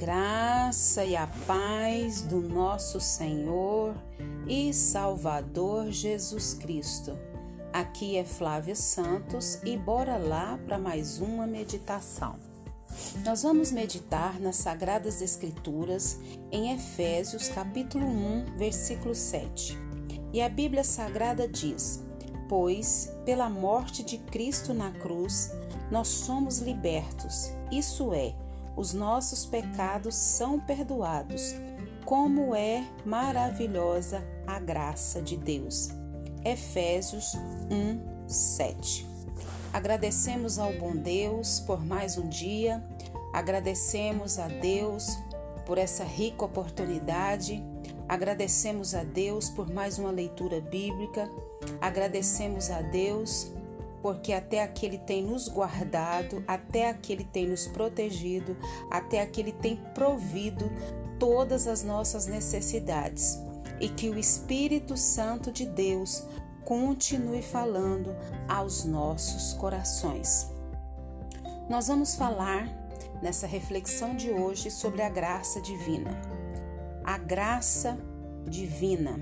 graça e a paz do nosso Senhor e Salvador Jesus Cristo. Aqui é Flávia Santos e bora lá para mais uma meditação. Nós vamos meditar nas Sagradas Escrituras em Efésios capítulo 1, versículo 7. E a Bíblia Sagrada diz: pois pela morte de Cristo na cruz nós somos libertos, isso é, os nossos pecados são perdoados. Como é maravilhosa a graça de Deus. Efésios 1, 7. Agradecemos ao bom Deus por mais um dia, agradecemos a Deus por essa rica oportunidade, agradecemos a Deus por mais uma leitura bíblica, agradecemos a Deus porque até aqui Ele tem nos guardado, até aqui Ele tem nos protegido, até aqui Ele tem provido todas as nossas necessidades. E que o Espírito Santo de Deus continue falando aos nossos corações. Nós vamos falar nessa reflexão de hoje sobre a graça divina. A graça divina.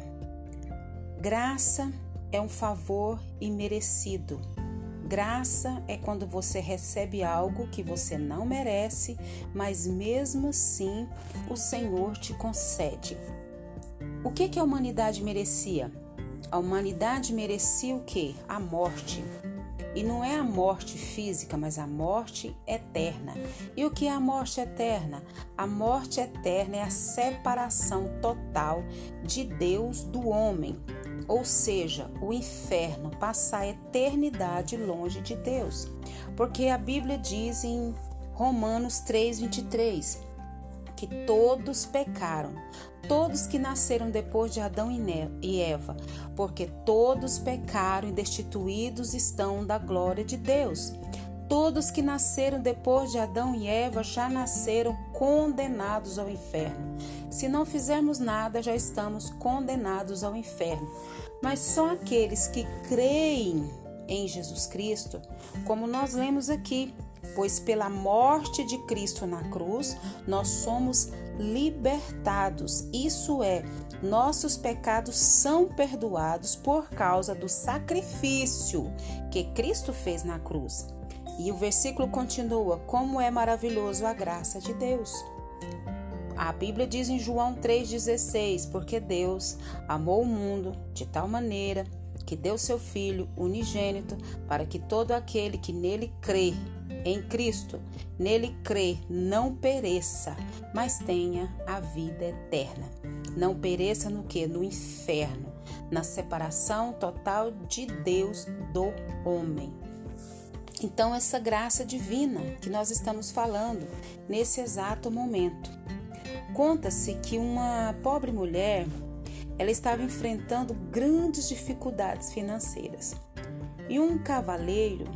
Graça é um favor imerecido. Graça é quando você recebe algo que você não merece, mas mesmo assim o Senhor te concede. O que a humanidade merecia? A humanidade merecia o quê? A morte. E não é a morte física, mas a morte eterna. E o que é a morte eterna? A morte eterna é a separação total de Deus do homem. Ou seja, o inferno, passar a eternidade longe de Deus. Porque a Bíblia diz em Romanos 3:23 que todos pecaram, todos que nasceram depois de Adão e Eva, porque todos pecaram e destituídos estão da glória de Deus. Todos que nasceram depois de Adão e Eva já nasceram condenados ao inferno. Se não fizermos nada, já estamos condenados ao inferno. Mas só aqueles que creem em Jesus Cristo, como nós lemos aqui, pois pela morte de Cristo na cruz, nós somos libertados. Isso é, nossos pecados são perdoados por causa do sacrifício que Cristo fez na cruz. E o versículo continua: como é maravilhoso a graça de Deus. A Bíblia diz em João 3,16, porque Deus amou o mundo de tal maneira que deu seu Filho unigênito para que todo aquele que nele crê, em Cristo, nele crê, não pereça, mas tenha a vida eterna. Não pereça no quê? No inferno, na separação total de Deus do homem. Então, essa graça divina que nós estamos falando nesse exato momento. Conta-se que uma pobre mulher, ela estava enfrentando grandes dificuldades financeiras. E um cavalheiro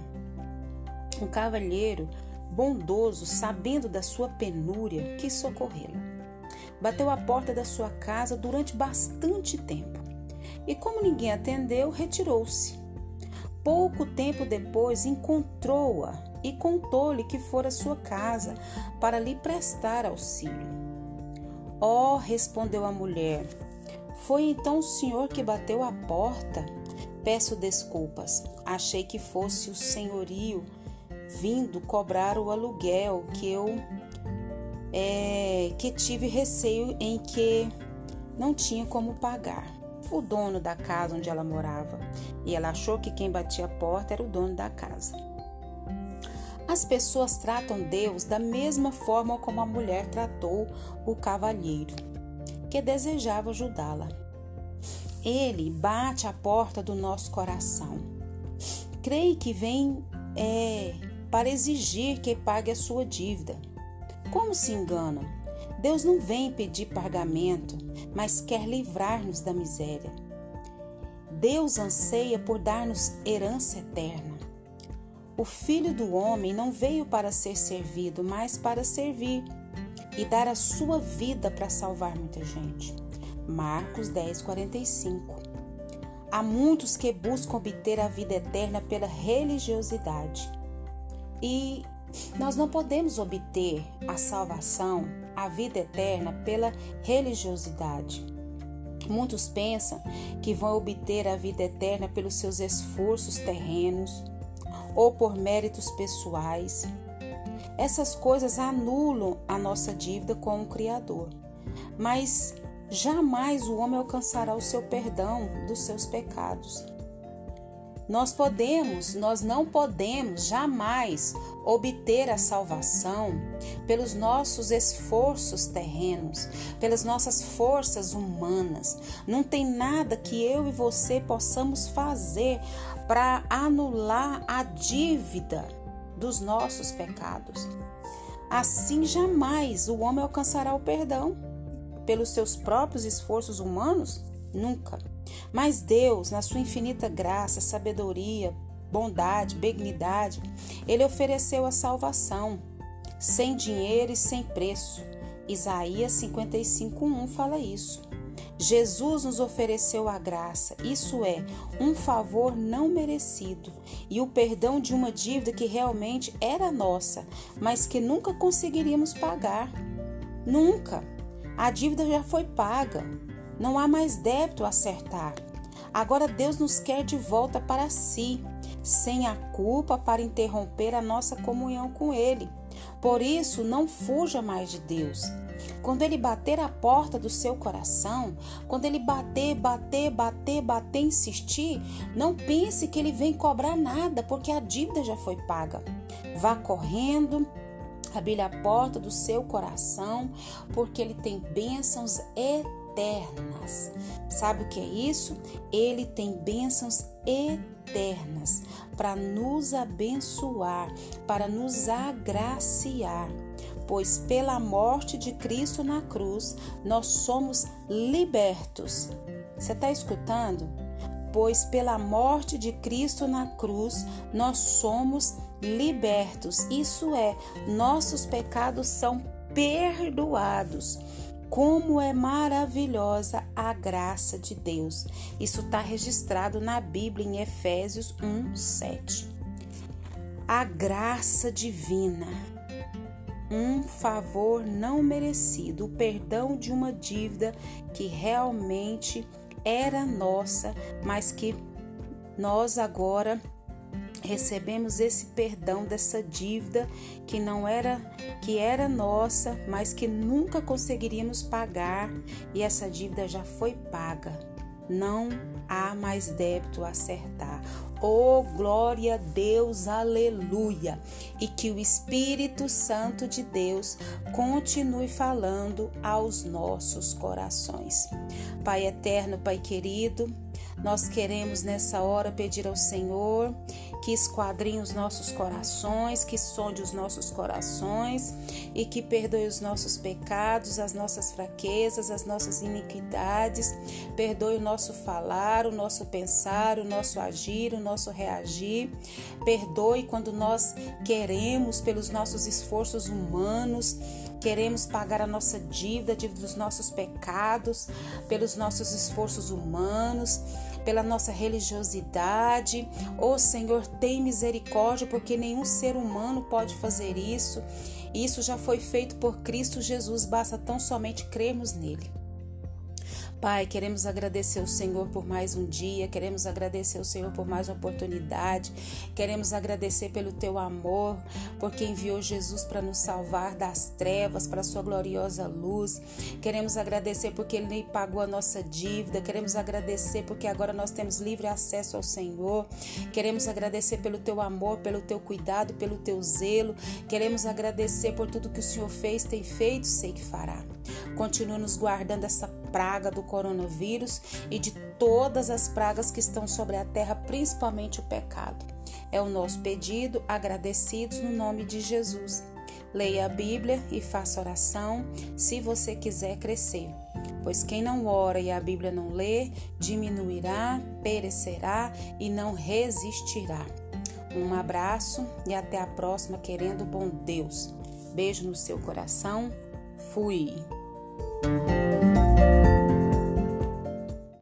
bondoso, sabendo da sua penúria, quis socorrê-la. Bateu à porta da sua casa durante bastante tempo. E como ninguém atendeu, retirou-se. Pouco tempo depois encontrou-a e contou-lhe que fora à sua casa para lhe prestar auxílio. Oh, respondeu a mulher, foi então o senhor que bateu à porta? Peço desculpas, achei que fosse o senhorio vindo cobrar o aluguel que tive receio em que não tinha como pagar. O dono da casa onde ela morava, e ela achou que quem batia a porta era o dono da casa. As pessoas tratam Deus da mesma forma como a mulher tratou o cavalheiro, que desejava ajudá-la. Ele bate à porta do nosso coração. Creio que vem para exigir que pague a sua dívida. Como se engana? Deus não vem pedir pagamento, mas quer livrar-nos da miséria. Deus anseia por dar-nos herança eterna. O Filho do Homem não veio para ser servido, mas para servir e dar a sua vida para salvar muita gente. Marcos 10:45. Há muitos que buscam obter a vida eterna pela religiosidade. E Nós não podemos obter a salvação, a vida eterna, pela religiosidade. Muitos pensam que vão obter a vida eterna pelos seus esforços terrenos ou por méritos pessoais. Essas coisas anulam a nossa dívida com o Criador, mas jamais o homem alcançará o seu perdão dos seus pecados. Nós não podemos jamais obter a salvação pelos nossos esforços terrenos, pelas nossas forças humanas. Não tem nada que eu e você possamos fazer para anular a dívida dos nossos pecados. Assim, jamais o homem alcançará o perdão pelos seus próprios esforços humanos? Nunca. Mas Deus, na sua infinita graça, sabedoria, bondade, benignidade, Ele ofereceu a salvação, sem dinheiro e sem preço. Isaías 55:1 fala isso. Jesus nos ofereceu a graça, isso é, um favor não merecido e o perdão de uma dívida que realmente era nossa, mas que nunca conseguiríamos pagar. Nunca. A dívida já foi paga. Não há mais débito a acertar. Agora Deus nos quer de volta para si, sem a culpa para interromper a nossa comunhão com Ele. Por isso, não fuja mais de Deus. Quando Ele bater a porta do seu coração, quando Ele bater, insistir, não pense que Ele vem cobrar nada, porque a dívida já foi paga. Vá correndo, abra a porta do seu coração, porque Ele tem bênçãos eternas. Sabe o que é isso? Ele tem bênçãos eternas para nos abençoar, para nos agraciar. Pois pela morte de Cristo na cruz, nós somos libertos. Você está escutando? Pois pela morte de Cristo na cruz, nós somos libertos. Isso é, nossos pecados são perdoados. Como é maravilhosa a graça de Deus. Isso está registrado na Bíblia em Efésios 1:7. A graça divina, um favor não merecido, o perdão de uma dívida que realmente era nossa, mas que nós agora recebemos esse perdão dessa dívida que era nossa, mas que nunca conseguiríamos pagar, e essa dívida já foi paga. Não há mais débito a acertar. Oh, glória a Deus, aleluia! E que o Espírito Santo de Deus continue falando aos nossos corações. Pai eterno, Pai querido, nós queremos nessa hora pedir ao Senhor que esquadrinhe os nossos corações, que sonde os nossos corações e que perdoe os nossos pecados, as nossas fraquezas, as nossas iniquidades. Perdoe o nosso falar, o nosso pensar, o nosso agir, o nosso reagir. Perdoe quando nós queremos, pelos nossos esforços humanos, queremos pagar a nossa dívida dos nossos pecados, pelos nossos esforços humanos, pela nossa religiosidade. Ó Senhor, tem misericórdia, porque nenhum ser humano pode fazer isso. Isso já foi feito por Cristo Jesus, basta tão somente crermos nele. Pai, queremos agradecer ao Senhor por mais um dia, queremos agradecer ao Senhor por mais uma oportunidade, queremos agradecer pelo teu amor, porque enviou Jesus para nos salvar das trevas, para a sua gloriosa luz. Queremos agradecer porque Ele pagou a nossa dívida, queremos agradecer porque agora nós temos livre acesso ao Senhor, queremos agradecer pelo teu amor, pelo teu cuidado, pelo teu zelo, queremos agradecer por tudo que o Senhor fez, tem feito, sei que fará. Continua nos guardando essa praga do coronavírus e de todas as pragas que estão sobre a terra, principalmente o pecado. É o nosso pedido, agradecidos no nome de Jesus. Leia a Bíblia e faça oração se você quiser crescer. Pois quem não ora e a Bíblia não lê, diminuirá, perecerá e não resistirá. Um abraço e até a próxima, querendo bom Deus. Beijo no seu coração. Fui.